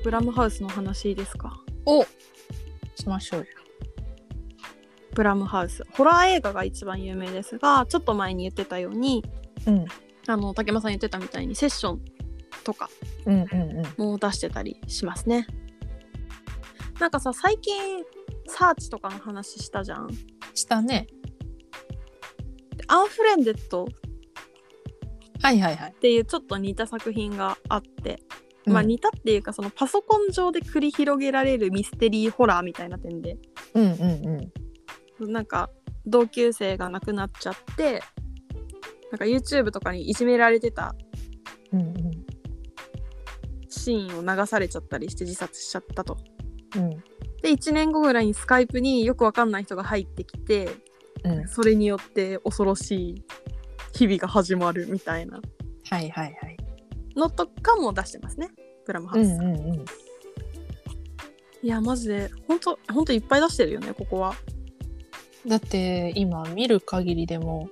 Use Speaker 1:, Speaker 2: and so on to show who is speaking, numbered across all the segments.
Speaker 1: ブラムハウスの話いいですか？
Speaker 2: お、しましょう。
Speaker 1: ブラムハウス、ホラー映画が一番有名ですが、ちょっと前に言ってたように、竹間さん言ってたみたいにセッションとかも出してたりしますね。なんかさ、最近サーチとかの話したじゃん。
Speaker 2: したね。
Speaker 1: アンフレンデッド
Speaker 2: はいはいはい。
Speaker 1: っていうちょっと似た作品があって、まあ似たっていうか、そのパソコン上で繰り広げられるミステリーホラーみたいな点で、なんか同級生が亡くなっちゃって、なんか YouTube とかにいじめられてたシーンを流されちゃったりして自殺しちゃったと。で1年後ぐらいにスカイプによくわかんない人が入ってきて、それによって恐ろしい日々が始まるみたいなのとかも出してますね、ブラムハウス。いやマジでほんといっぱい出してるよね、ここは。
Speaker 2: だって今見る限りでも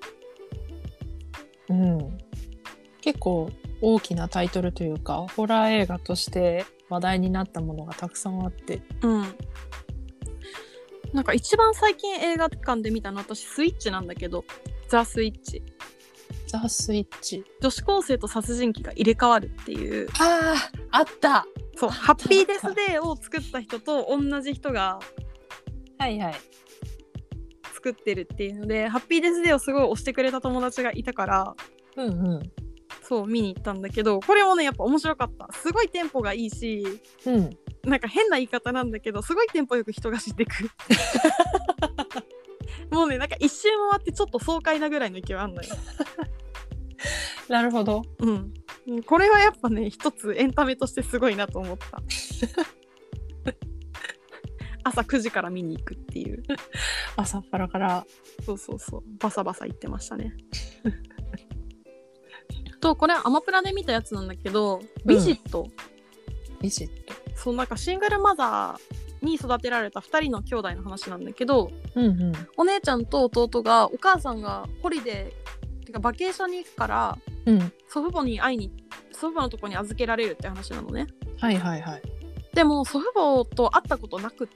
Speaker 2: 結構大きなタイトルというかホラー映画として話題になったものがたくさんあって、なんか一番最近映画館で見たの私スイッチなんだけど、ザ・スイッチ。女子高生と殺人鬼が入れ替わるっていう。 あった。
Speaker 1: そう、ハッピーデスデーを作った人と同じ人が作ってるっていうので、ハッピーデスデーをすごい推してくれた友達がいたから、そう見に行ったんだけど、これもねやっぱ面白かった。すごいテンポがいいし、なんか変な言い方なんだけど、すごいテンポよく人が死んでくるもうね、なんか一周回ってちょっと爽快なぐらいの勢いあんのよ
Speaker 2: なるほど。
Speaker 1: これはやっぱね一つエンタメとしてすごいなと思った朝9時から見に行くっていう。
Speaker 2: 朝っぱらから。
Speaker 1: そうバサバサ行ってましたねと、これはアマプラで見たやつなんだけど、ビジット。そう、なんかシングルマザーに育てられた2人の兄弟の話なんだけど、お姉ちゃんと弟が、お母さんがホリデーてかバケーションに行くから、祖父母に会いに、祖父母のとこに預けられるって話なのね。でも祖父母と会ったことなくって、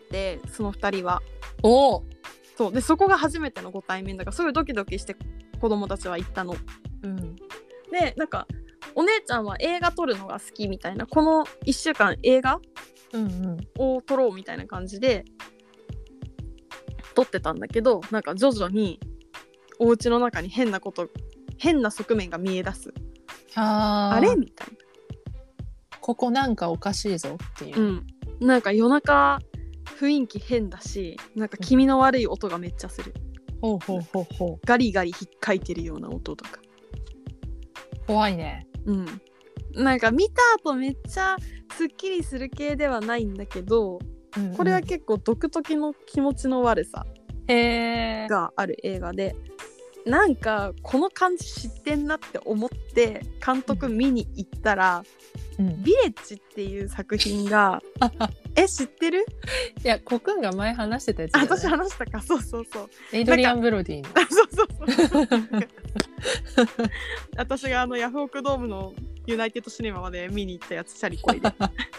Speaker 1: その2人は。そうで、そこが初めてのご対面だから、すごいドキドキして子供たちは行ったの。で、なんかお姉ちゃんは映画撮るのが好きみたいな、この1週間映画、を撮ろうみたいな感じで撮ってたんだけど、なんか徐々にお家の中に変な側面が見え出す。あれみたいな、
Speaker 2: ここなんかおかしいぞっていう、
Speaker 1: なんか夜中雰囲気変だし、なんか気味の悪い音がめっちゃする。ガリガリひっかいてるような音とか。
Speaker 2: 怖いね。
Speaker 1: なんか見た後めっちゃすっきりする系ではないんだけど、これは結構独特の気持ちの悪さがある映画で、なんかこの感じ知ってんなって思って監督見に行ったら、ビレッジっていう作品が知ってる？
Speaker 2: いや、コくんが前話してたやつだよね。
Speaker 1: 私話したか。そう
Speaker 2: エイドリアン・ブロディの
Speaker 1: そう私がヤフオクドームのユナイテッドシネマまで見に行ったやつ、チャリコイで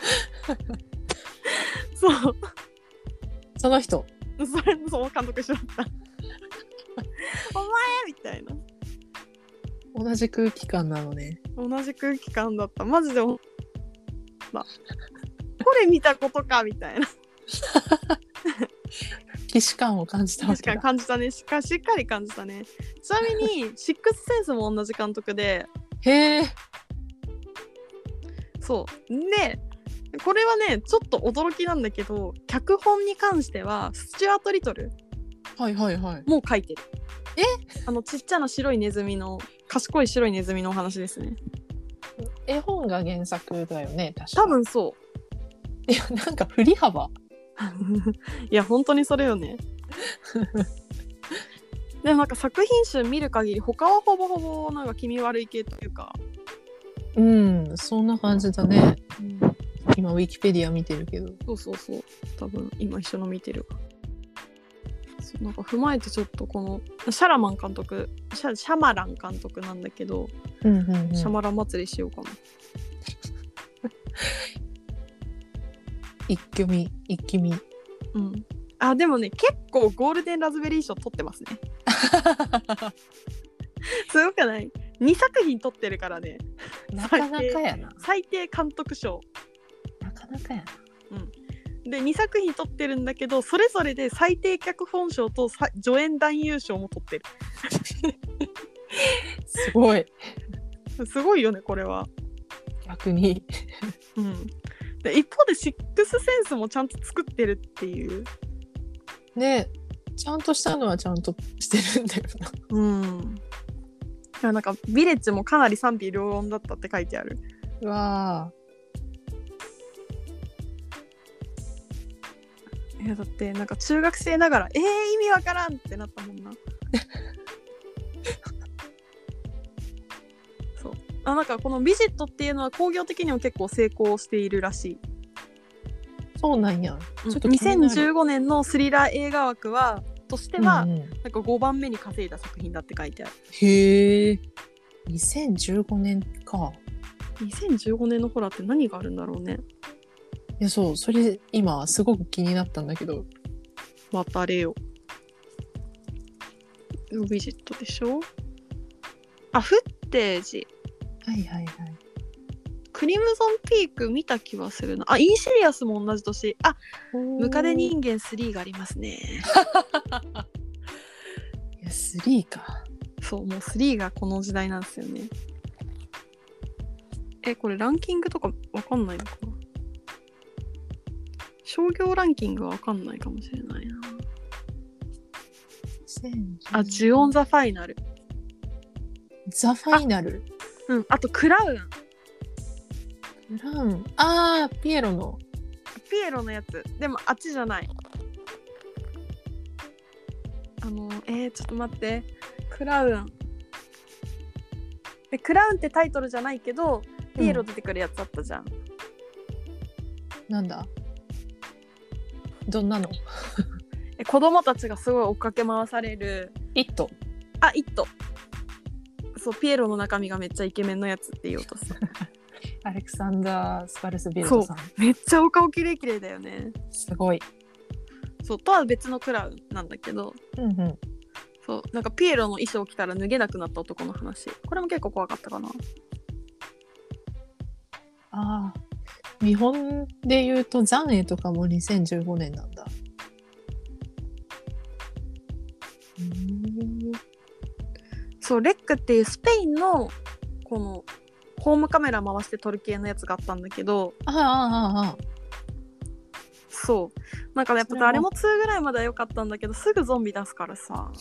Speaker 1: そう
Speaker 2: その人、
Speaker 1: その監督一緒だったお前みたいな。
Speaker 2: 同じ空気感なのね。
Speaker 1: 同じ空気感だった。マジでこれ見たことかみたいな
Speaker 2: 既視感を感じたわけだ。
Speaker 1: 感じたね。しっかり感じたね。ちなみにシックスセンスも同じ監督で、そうで、これはねちょっと驚きなんだけど、脚本に関してはスチュアート・リトルもう書いてる。ちっちゃな白いネズミの、賢い白いネズミのお話ですね。
Speaker 2: 絵本が原作だよね、確か。
Speaker 1: 多分そう。
Speaker 2: いや、なんか振り幅
Speaker 1: いや本当にそれよねでもなんか作品集見る限り他はほぼほぼなんか気味悪い系というか、
Speaker 2: そんな感じだね。今ウィキペディア見てるけど。
Speaker 1: そう多分今一緒の見てるわ。なんか踏まえてちょっとこのシャマラン監督なんだけど、シャマラン祭りしようかな
Speaker 2: 一気見。
Speaker 1: うん。あ、でもね、結構ゴールデンラズベリー賞取ってますね。すごくない？ 2 作品取ってるからね。
Speaker 2: なかなかやな。
Speaker 1: 最低監督賞。
Speaker 2: なかなかやな。
Speaker 1: うん。で、2作品取ってるんだけど、それぞれで最低脚本賞と助演男優賞も取ってる。
Speaker 2: すごい。
Speaker 1: すごいよね、これは。
Speaker 2: 逆に。
Speaker 1: うん。で、一方でシックスセンスもちゃんと作ってるっていう。
Speaker 2: ね、ちゃんとしたのはちゃんとしてるんだよな。
Speaker 1: うん。なんかビレッジもかなり賛否両論だったって書いてある。
Speaker 2: うわ
Speaker 1: ー。いやだってなんか中学生ながら意味わからんってなったもんな。そう。なんかこのビジットっていうのは興行的にも結構成功しているらしい。
Speaker 2: そうなんや。
Speaker 1: ちょっと2015年のスリラー映画枠はとしては、なんか5番目に稼いだ作品だって書いてある。
Speaker 2: へえ。2015年か。
Speaker 1: 2015年のホラーって何があるんだろうね。
Speaker 2: いや、そう、それ今すごく気になったんだけど。
Speaker 1: またれよ。ビジットでしょ。あ、フッテージ。
Speaker 2: はいはいはい。
Speaker 1: クリムゾンピーク見た気はするな。あ、インシリアスも同じ年。あ、ムカデ人間3がありますね。
Speaker 2: いや、3か。
Speaker 1: そう、もう3がこの時代なんですよね。これランキングとかわかんないのかな。商業ランキングはわかんないかもしれないな。あ、ジュオン・ザ・ファイナル。
Speaker 2: ザ・ファイナル。
Speaker 1: うん、あとクラウン。
Speaker 2: あー、ピエロの
Speaker 1: やつ。でもあっちじゃない。ちょっと待って。クラウンってタイトルじゃないけど、ピエロ出てくるやつあったじゃん。
Speaker 2: なんだ？どんなの？
Speaker 1: 子供たちがすごい追っかけ回される。
Speaker 2: イット。
Speaker 1: あ、イット。そう、ピエロの中身がめっちゃイケメンのやつって言おうとした。
Speaker 2: アレクサンダー・スパルスビルドさん。
Speaker 1: そう、めっちゃお顔綺麗だよね。
Speaker 2: すごい。
Speaker 1: そう、とは別のクラウンなんだけど、そう、なんかピエロの衣装着たら脱げなくなった男の話。これも結構怖かったかな。
Speaker 2: ああ、日本で言うと残影とかも2015年なんだ。
Speaker 1: そう、レックっていうスペインのこのホームカメラ回して撮る系のやつがあったんだけど、そう、なんかやっぱ誰も2ぐらいまでは良かったんだけど、すぐゾンビ出すからさ。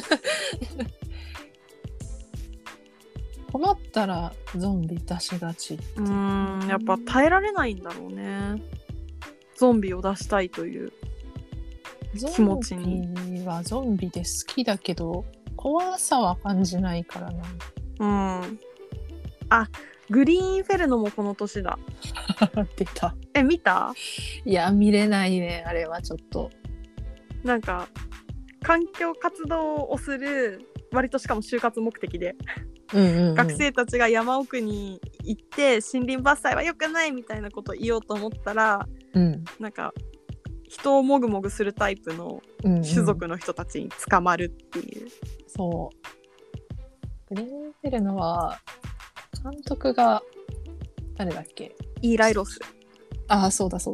Speaker 2: 困ったらゾンビ出しがち。
Speaker 1: やっぱ耐えられないんだろうね。ゾンビを出したいという気持ちに。
Speaker 2: ゾンビはゾンビで好きだけど怖さは感じないから
Speaker 1: な。あ、グリーンフェルノもこの年だ。
Speaker 2: 出た。
Speaker 1: 見た？
Speaker 2: いや、見れないね、あれはちょっと。なん
Speaker 1: か環境活動をする、割としかも就活目的で、学生たちが山奥に行って森林伐採は良くないみたいなことを言おうと思ったら、なんか人をもぐもぐするタイプの種族の人たちに捕まるっていう。
Speaker 2: そうグリーンフェルノは監督が誰だっけ？
Speaker 1: イーライ・ロス。
Speaker 2: ああ、そうだ。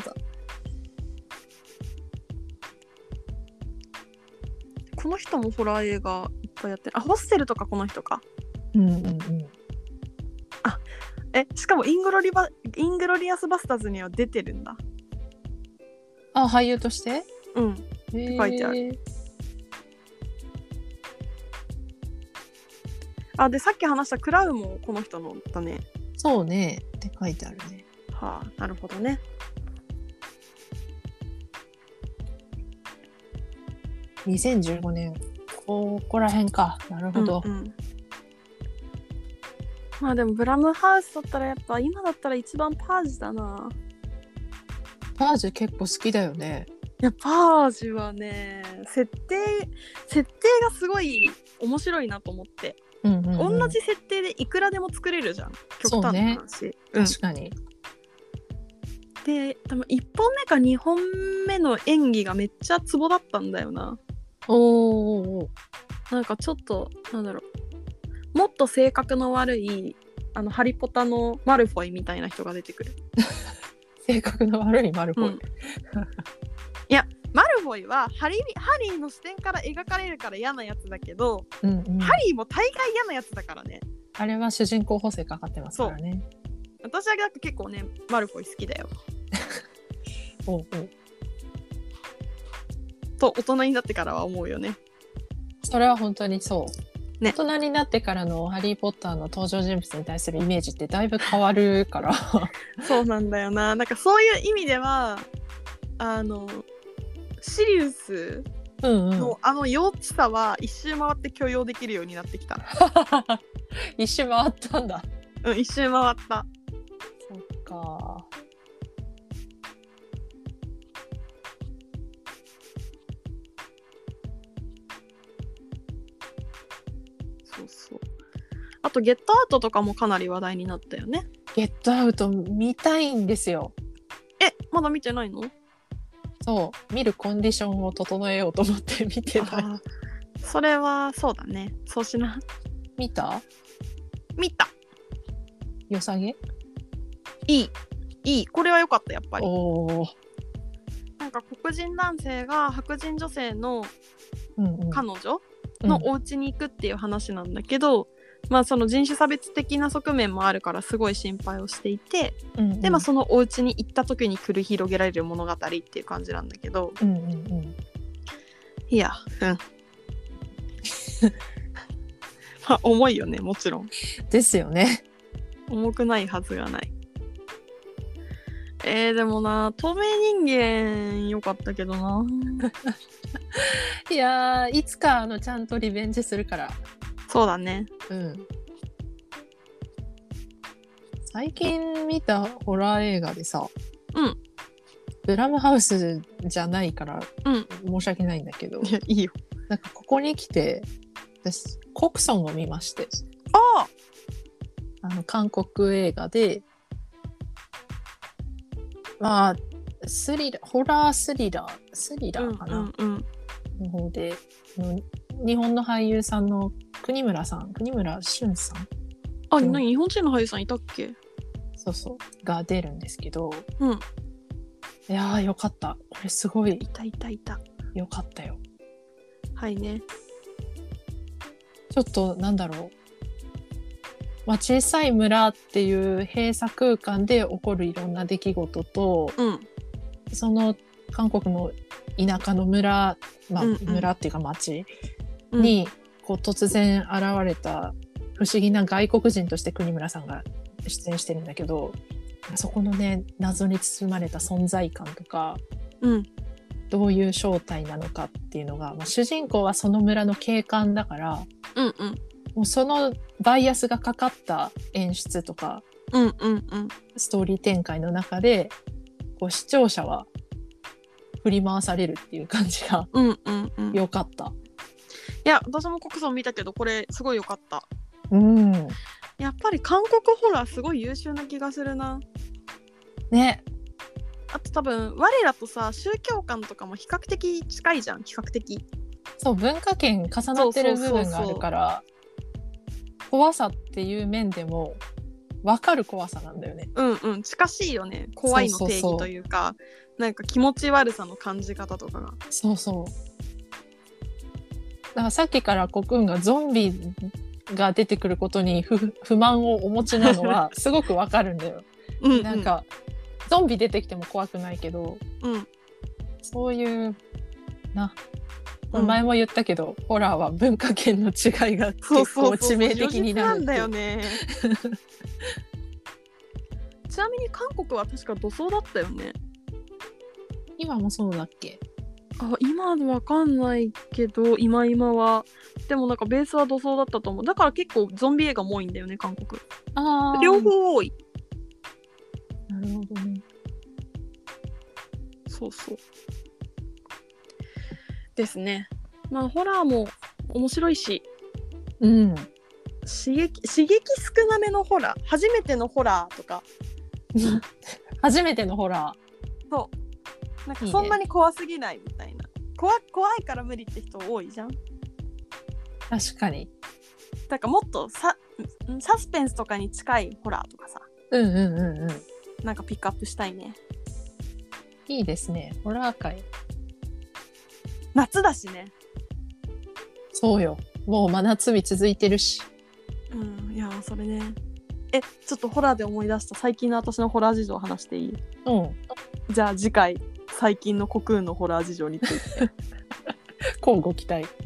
Speaker 1: この人もホラー映画いっぱいやってる。あ、ホステルとかこの人か。あ、しかもイングロリアスバスターズには出てるんだ。
Speaker 2: あ、俳優として？
Speaker 1: って書いてある。あ、でさっき話したクラウンもこの人のだね。
Speaker 2: そうねって書いてあるね。
Speaker 1: はあ、なるほどね。
Speaker 2: 2015年ここら辺か。なるほど。
Speaker 1: まあでもブラムハウスだったらやっぱ今だったら一番パージだな。
Speaker 2: パージ結構好きだよね。
Speaker 1: いや、パージはね、設定がすごい面白いなと思って、同じ設定でいくらでも作れるじゃん、極端な話。
Speaker 2: そうね、確かに。
Speaker 1: で多分1本目か2本目の演技がめっちゃツボだったんだよな。
Speaker 2: おー。
Speaker 1: なんかちょっとなんだろう、もっと性格の悪いハリポタのマルフォイみたいな人が出てくる。
Speaker 2: 性格の悪いマルフォイ、うん、
Speaker 1: いやマルフォイはハリーの視点から描かれるから嫌なやつだけど、うんうん、ハリーも大概嫌なやつだからね。
Speaker 2: あれは主人公補正かかってますからね。
Speaker 1: 私は結構ねマルフォイ好きだよ。
Speaker 2: おう
Speaker 1: と大人になってからは思うよね。
Speaker 2: それは本当にそう、ね、大人になってからのハリー・ポッターの登場人物に対するイメージってだいぶ変わるから
Speaker 1: そうなんだよな。なんかそういう意味ではシリウスの幼稚さは一周回って許容できるようになってきた。
Speaker 2: 一周回ったんだ。
Speaker 1: うん、一周回った。
Speaker 2: そっか。
Speaker 1: そうそう。あとゲットアウトとかもかなり話題になったよね。
Speaker 2: ゲットアウト見たいんですよ。
Speaker 1: まだ見てないの？
Speaker 2: そう見るコンディションを整えようと思って見てない。
Speaker 1: それはそうだね。そうしな。
Speaker 2: 見た？良さげ？
Speaker 1: いい。これは良かったやっぱり。
Speaker 2: おー。
Speaker 1: なんか黒人男性が白人女性の彼女のお家に行くっていう話なんだけど、まあその人種差別的な側面もあるからすごい心配をしていて、でまあそのお家に行った時に繰り広げられる物語っていう感じなんだけど、いやまあ重いよね、もちろん。
Speaker 2: ですよね。
Speaker 1: 重くないはずがない。でもな、透明人間良かったけどな。
Speaker 2: いやいつかちゃんとリベンジするから。
Speaker 1: そうだね。
Speaker 2: 最近見たホラー映画でさ、ブラムハウスじゃないから、申し訳ないんだけど、
Speaker 1: いやいいよ。
Speaker 2: なんかここに来て私コクソンを見まして。韓国映画で、まあホラースリラーかな、の方で日本の俳優さんの国村俊さん、
Speaker 1: 日本人の俳優さんいたっけ？
Speaker 2: そうが出るんですけど、いやーよかった。これすごい
Speaker 1: いた
Speaker 2: よかったよ。
Speaker 1: はいね。
Speaker 2: ちょっとなんだろう、小さい村っていう閉鎖空間で起こるいろんな出来事と、その韓国の田舎の村、村っていうか町にこう突然現れた不思議な外国人として国村さんが出演してるんだけど、そこのね謎に包まれた存在感とか、どういう正体なのかっていうのが、主人公はその村の警官だから、もうそのバイアスがかかった演出とか、ストーリー展開の中でこう視聴者は振り回されるっていう感じが良かった。い
Speaker 1: や私もコクソン見たけどこれすごい良かった。やっぱり韓国ホラーすごい優秀な気がするな。
Speaker 2: ね。
Speaker 1: あと多分我らとさ宗教観とかも比較的近いじゃん。
Speaker 2: そう文化圏重なってる部分があるから怖さっていう面でも分かる怖さなんだよね。
Speaker 1: 近しいよね。怖いの定義というか、なんか気持ち悪さの感じ方とかが。
Speaker 2: そうだからさっきからコクンがゾンビが出てくることに不満をお持ちなのはすごく分かるんだよ。なんかゾンビ出てきても怖くないけど、そういう前も言ったけど、ホラーは文化圏の違いが結構致命的になるって。そうなんだよね。ちなみに韓国は確か土葬だったよね。 今もそうだっけ？
Speaker 1: 今わかんないけど今はでもなんかベースは土葬だったと思う。だから結構ゾンビ映画も多いんだよね韓国。両方多い。
Speaker 2: なるほどね。
Speaker 1: そうですね。ホラーも面白いし、刺激少なめのホラー、初めてのホラーとか
Speaker 2: 初めてのホラ
Speaker 1: ー。そうなんかそんなに怖すぎないみたいな。怖いから無理って人多いじゃん。
Speaker 2: 確かに。
Speaker 1: だからもっとサスペンスとかに近いホラーとかさ、なんかピックアップしたいね。
Speaker 2: いいですね、ホラー界。
Speaker 1: 夏だしね。
Speaker 2: そうよ、もう真夏日続いてるし。
Speaker 1: いやそれね。ちょっとホラーで思い出した最近の私のホラー事情を話していい？じゃあ次回最近のコクーンのホラー事情について
Speaker 2: 乞うご期待。